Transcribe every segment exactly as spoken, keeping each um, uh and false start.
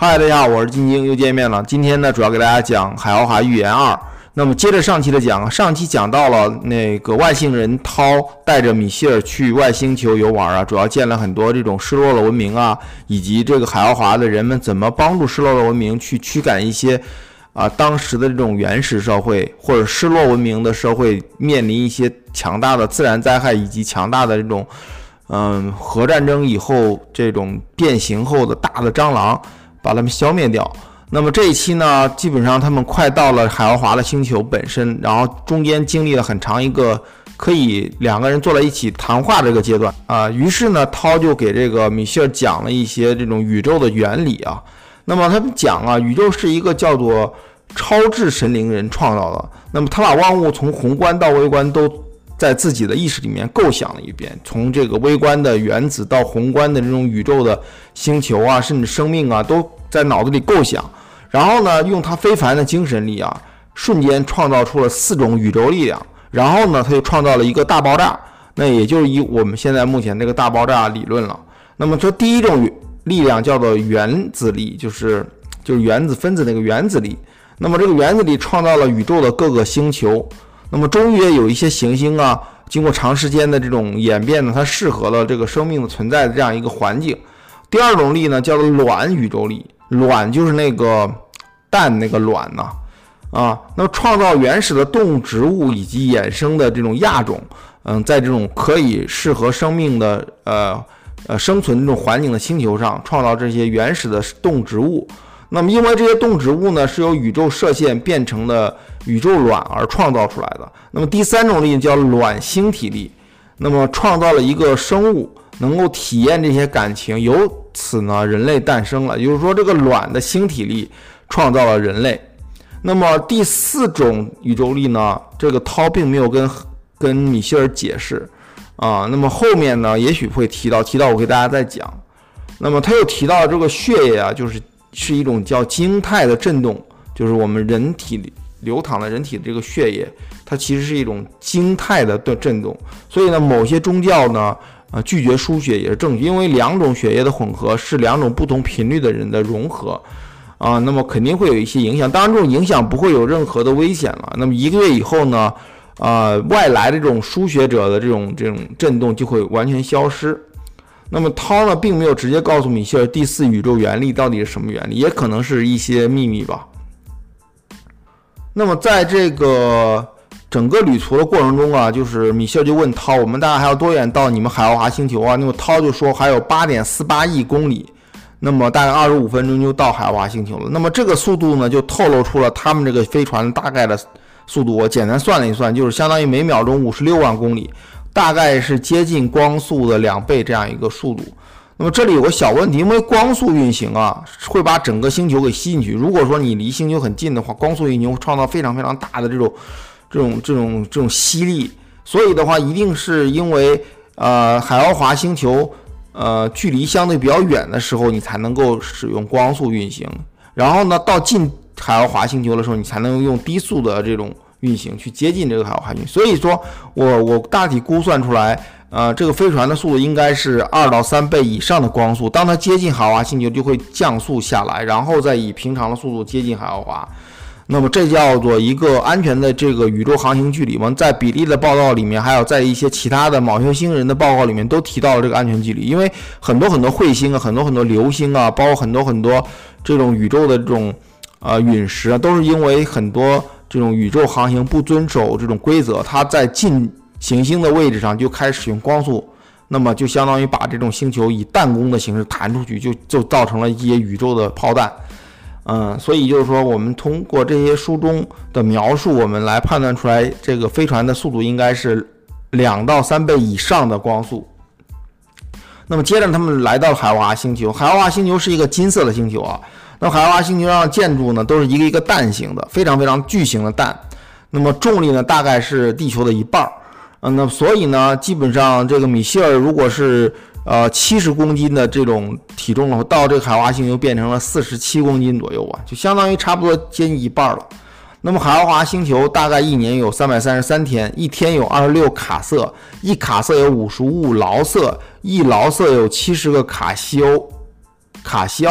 嗨，大家好，我是金晶，又见面了。今天呢，主要给大家讲《海奥华预言二》。那么接着上期的讲，上期讲到了那个外星人涛带着米歇尔去外星球游玩啊，主要见了很多这种失落的文明啊，以及这个海奥华的人们怎么帮助失落的文明去驱赶一些啊当时的这种原始社会或者失落文明的社会面临一些强大的自然灾害以及强大的这种嗯核战争以后这种变形后的大的蟑螂，把它们消灭掉。那么这一期呢，基本上他们快到了海奥华的星球本身，然后中间经历了很长一个可以两个人坐在一起谈话这个阶段啊。于是呢，涛就给这个米歇尔讲了一些这种宇宙的原理啊。那么他们讲啊，宇宙是一个叫做超智神灵人创造的，那么他把万物从宏观到微观都在自己的意识里面构想了一遍，从这个微观的原子到宏观的这种宇宙的星球啊，甚至生命啊，都在脑子里构想。然后呢，用他非凡的精神力啊，瞬间创造出了四种宇宙力量。然后呢，他又创造了一个大爆炸，那也就是以我们现在目前这个大爆炸理论了。那么说第一种力量叫做原子力，就是就是原子分子那个原子力。那么这个原子力创造了宇宙的各个星球。那么终于也有一些行星啊，经过长时间的这种演变呢，它适合了这个生命的存在的这样一个环境。第二种力呢，叫做卵宇宙力。卵就是那个蛋那个卵呢、啊，啊，那么创造原始的动物、植物以及衍生的这种亚种，嗯，在这种可以适合生命的呃呃生存这种环境的星球上，创造这些原始的动植物。那么因为这些动植物呢是由宇宙射线变成的宇宙卵而创造出来的。那么第三种力叫卵星体力，那么创造了一个生物能够体验这些感情，由此呢人类诞生了，也就是说这个卵的星体力创造了人类。那么第四种宇宙力呢，这个涛并没有跟跟米歇尔解释啊，那么后面呢也许会提到提到我给大家再讲。那么他又提到这个血液啊，就是是一种叫晶态的震动，就是我们人体里流淌的人体的这个血液，它其实是一种晶态的震动。所以呢，某些宗教呢，呃，拒绝输血也是正确，因为两种血液的混合是两种不同频率的人的融合，啊，那么肯定会有一些影响。当然，这种影响不会有任何的危险了。那么一个月以后呢，呃，外来的这种输血者的这种这种震动就会完全消失。那么涛呢，并没有直接告诉米歇尔第四宇宙原理到底是什么原理，也可能是一些秘密吧。那么在这个整个旅途的过程中啊，就是米歇尔就问涛，我们大概还要多远到你们海奥华星球啊？那么涛就说还有 八点四八亿公里，那么大概二十五分钟就到海奥华星球了。那么这个速度呢，就透露出了他们这个飞船大概的速度。我简单算了一算，就是相当于每秒钟五十六万公里，大概是接近光速的两倍这样一个速度。那么这里有个小问题，因为光速运行啊，会把整个星球给吸进去。如果说你离星球很近的话，光速运行会创造非常非常大的这种这种这种这种吸力。所以的话，一定是因为呃海奥华星球呃距离相对比较远的时候，你才能够使用光速运行。然后呢，到近海奥华星球的时候，你才能用低速的这种运行去接近这个海奥华星球。所以说我我大体估算出来，呃，这个飞船的速度应该是二到三倍以上的光速。当它接近海奥华星球，就会降速下来，然后再以平常的速度接近海奥华。那么这叫做一个安全的这个宇宙航行距离嘛。在比利的报告里面，还有在一些其他的昴宿星人的报告里面，都提到了这个安全距离。因为很多很多彗星啊，很多很多流星啊，包括很多很多这种宇宙的这种呃陨石啊，都是因为很多这种宇宙航行不遵守这种规则，它在近行星的位置上就开始使用光速，那么就相当于把这种星球以弹弓的形式弹出去，就就造成了一些宇宙的炮弹。嗯，所以就是说，我们通过这些书中的描述，我们来判断出来，这个飞船的速度应该是两到三倍以上的光速。那么接着他们来到海奥华星球，海奥华星球是一个金色的星球啊。那么海奥华星球上的建筑呢，都是一个一个蛋形的，非常非常巨型的蛋。那么重力呢，大概是地球的一半。嗯，那所以呢，基本上这个米歇尔如果是呃七十公斤的这种体重的话，到这个海奥华星球变成了四十七公斤左右吧，就相当于差不多接近一半了。那么海奥华星球大概一年有三百三十三天，一天有二十六卡瑟，一卡瑟有五十五劳瑟，一劳瑟有七十个卡西欧卡西奥。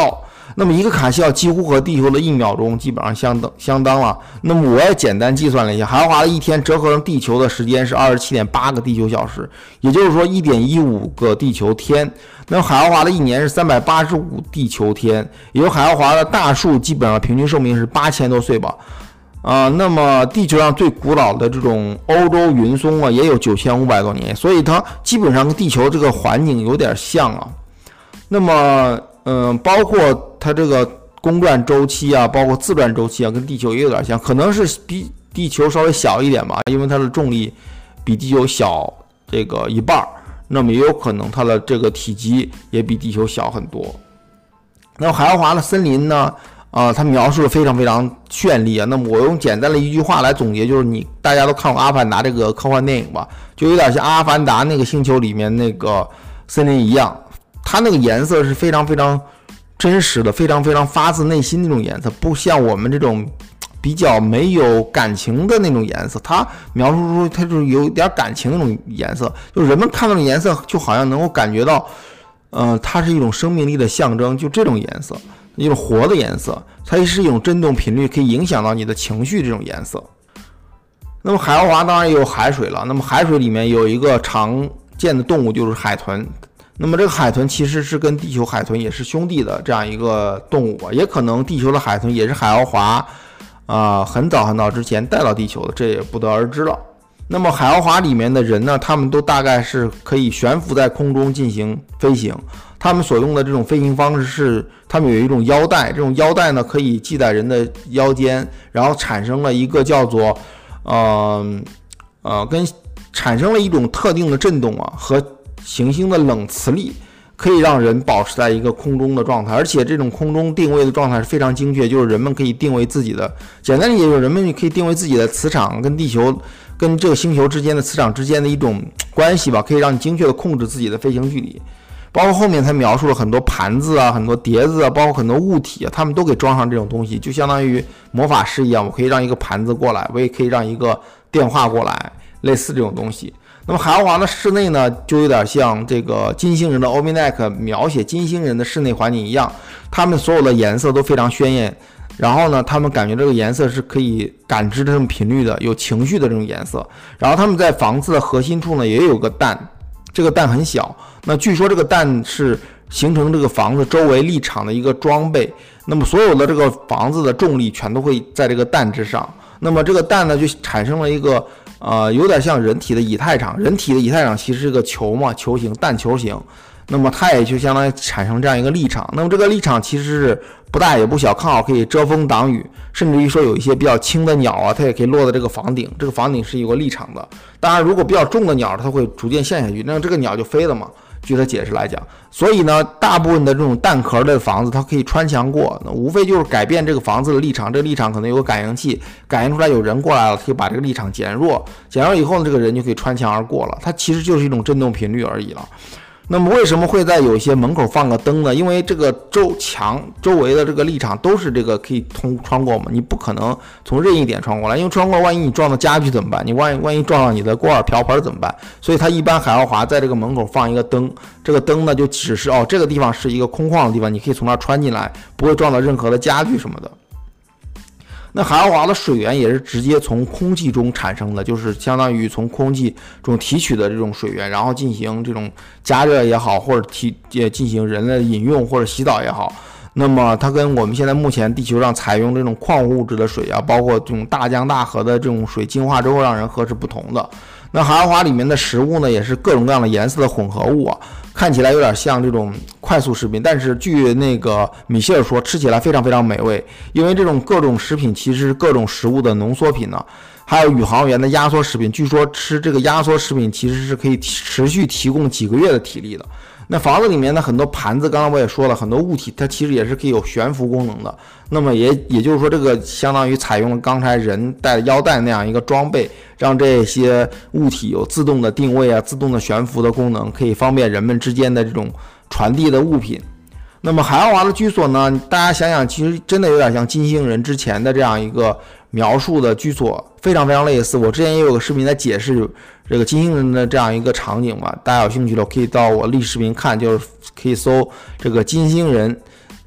那么一个卡西奥几乎和地球的一秒钟基本上相等相当了。那么我也简单计算了一下，海奥华的一天折合成地球的时间是二十七点八个地球小时，也就是说 一点一五个地球天。那么海奥华的一年是三百八十五地球天，也就是海奥华的大树基本上平均寿命是八千多岁吧。啊、呃，那么地球上最古老的这种欧洲云松啊，也有九千五百多年，所以它基本上跟地球这个环境有点像啊。那么，嗯、呃，包括它这个公转周期啊，包括自转周期啊，跟地球也有点像，可能是比地球稍微小一点吧，因为它的重力比地球小这个一半，那么也有可能它的这个体积也比地球小很多。那么海奥华的森林呢？啊、呃，它描述的非常非常绚丽啊。那么我用简单的一句话来总结，就是你大家都看过《阿凡达》这个科幻电影吧，就有点像《阿凡达》那个星球里面那个森林一样，它那个颜色是非常非常真实的，非常非常发自内心那种颜色，不像我们这种比较没有感情的那种颜色。它描述出它就是有点感情那种颜色，就人们看到的颜色就好像能够感觉到，呃，它是一种生命力的象征，就这种颜色。一种活的颜色，它是一种振动频率，可以影响到你的情绪这种颜色。那么海奥华当然也有海水了，那么海水里面有一个常见的动物就是海豚。那么这个海豚其实是跟地球海豚也是兄弟的这样一个动物，也可能地球的海豚也是海奥华啊、呃、很早很早之前带到地球的，这也不得而知了。那么海奥华里面的人呢，他们都大概是可以悬浮在空中进行飞行。他们所用的这种飞行方式是，他们有一种腰带，这种腰带呢可以系在人的腰间，然后产生了一个叫做，呃呃，跟产生了一种特定的震动啊和行星的冷磁力，可以让人保持在一个空中的状态，而且这种空中定位的状态是非常精确，就是人们可以定位自己的，简单理解就是人们可以定位自己的磁场跟地球跟这个星球之间的磁场之间的一种关系吧，可以让你精确的控制自己的飞行距离。包括后面他描述了很多盘子啊，很多碟子啊，包括很多物体啊，他们都给装上这种东西，就相当于魔法师一样，我可以让一个盘子过来，我也可以让一个电话过来，类似这种东西。那么海奥华的室内呢，就有点像这个金星人的欧米奈克描写金星人的室内环境一样，他们所有的颜色都非常鲜艳，然后呢，他们感觉这个颜色是可以感知这种频率的，有情绪的这种颜色。然后他们在房子的核心处呢，也有个蛋，这个蛋很小。那据说这个蛋是形成这个房子周围立场的一个装备，那么所有的这个房子的重力全都会在这个蛋之上。那么这个蛋呢，就产生了一个呃，有点像人体的以太场，人体的以太场其实是个球嘛，球形蛋球形，那么它也就相当于产生这样一个立场。那么这个立场其实是不大也不小，刚好可以遮风挡雨，甚至于说有一些比较轻的鸟啊，它也可以落在这个房顶，这个房顶是有个立场的。当然如果比较重的鸟，它会逐渐陷下去，那这个鸟就飞了嘛，据他解释来讲。所以呢，大部分的这种蛋壳的房子它可以穿墙过，那无非就是改变这个房子的立场，这个立场可能有个感应器，感应出来有人过来了，可以把这个立场减弱，减弱以后呢，这个人就可以穿墙而过了，它其实就是一种振动频率而已了。那么为什么会在有一些门口放个灯呢？因为这个周墙周围的这个立场都是这个可以通穿过嘛，你不可能从任意点穿过来，因为穿过万一你撞到家具怎么办？你万一万一撞到你的锅碗瓢盆怎么办？所以它一般海奥华在这个门口放一个灯，这个灯呢就只是哦这个地方是一个空旷的地方，你可以从那穿进来，不会撞到任何的家具什么的。那海奥华的水源也是直接从空气中产生的，就是相当于从空气中提取的这种水源，然后进行这种加热也好，或者提也进行人类饮用或者洗澡也好。那么它跟我们现在目前地球上采用这种矿物质的水啊，包括这种大江大河的这种水净化之后让人喝是不同的。那海奥华里面的食物呢，也是各种各样的颜色的混合物啊，看起来有点像这种快速食品，但是据那个米歇尔说，吃起来非常非常美味，因为这种各种食品其实是各种食物的浓缩品呢。还有宇航员的压缩食品，据说吃这个压缩食品其实是可以持续提供几个月的体力的。那房子里面的很多盘子，刚刚我也说了，很多物体它其实也是可以有悬浮功能的。那么也也就是说，这个相当于采用了刚才人带腰带那样一个装备，让这些物体有自动的定位啊、自动的悬浮的功能，可以方便人们之间的这种传递的物品。那么海奥华的居所呢，大家想想，其实真的有点像金星人之前的这样一个描述的居所，非常非常类似。我之前也有个视频在解释这个金星人的这样一个场景嘛，大家有兴趣的可以到我历史视频看，就是可以搜这个金星人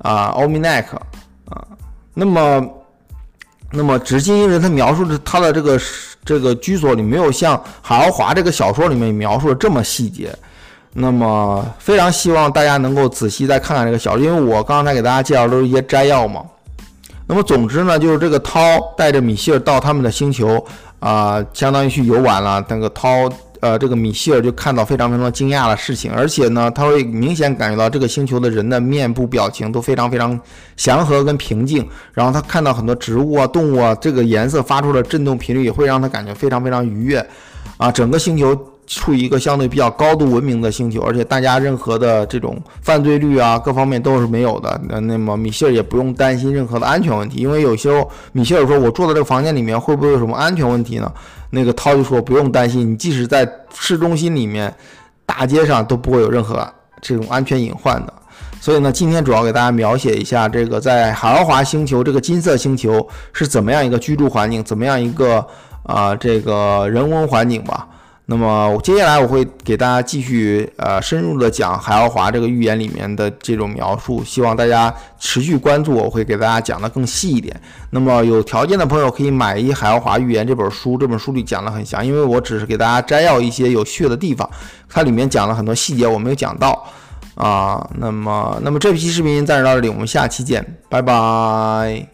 啊 Ominek 啊。那么，那么纸金鹰人他描述的他的这个这个居所里没有像海奥华这个小说里面描述的这么细节。那么非常希望大家能够仔细再看看这个小说，因为我刚才给大家介绍都是一些摘要嘛。那么总之呢，就是这个涛带着米歇尔到他们的星球啊、呃，相当于去游玩了。那个涛呃，这个米歇尔就看到非常非常惊讶的事情，而且呢，他会明显感觉到这个星球的人的面部表情都非常非常祥和跟平静。然后他看到很多植物啊、动物啊，这个颜色发出的震动频率也会让他感觉非常非常愉悦啊。整个星球处于一个相对比较高度文明的星球，而且大家任何的这种犯罪率啊各方面都是没有的。那么米歇尔也不用担心任何的安全问题，因为有时候米歇尔说我住在这个房间里面会不会有什么安全问题呢？那个涛就说不用担心，你即使在市中心里面大街上都不会有任何这种安全隐患的。所以呢，今天主要给大家描写一下这个在海奥华星球这个金色星球是怎么样一个居住环境，怎么样一个啊、呃、这个人文环境吧。那么接下来我会给大家继续呃深入的讲海奥华这个寓言里面的这种描述，希望大家持续关注，我会给大家讲的更细一点。那么有条件的朋友可以买一《海奥华寓言》这本书，这本书里讲的很详，因为我只是给大家摘要一些有趣的地方，它里面讲了很多细节我没有讲到啊。那么那么这期视频暂时到这里，我们下期见，拜拜。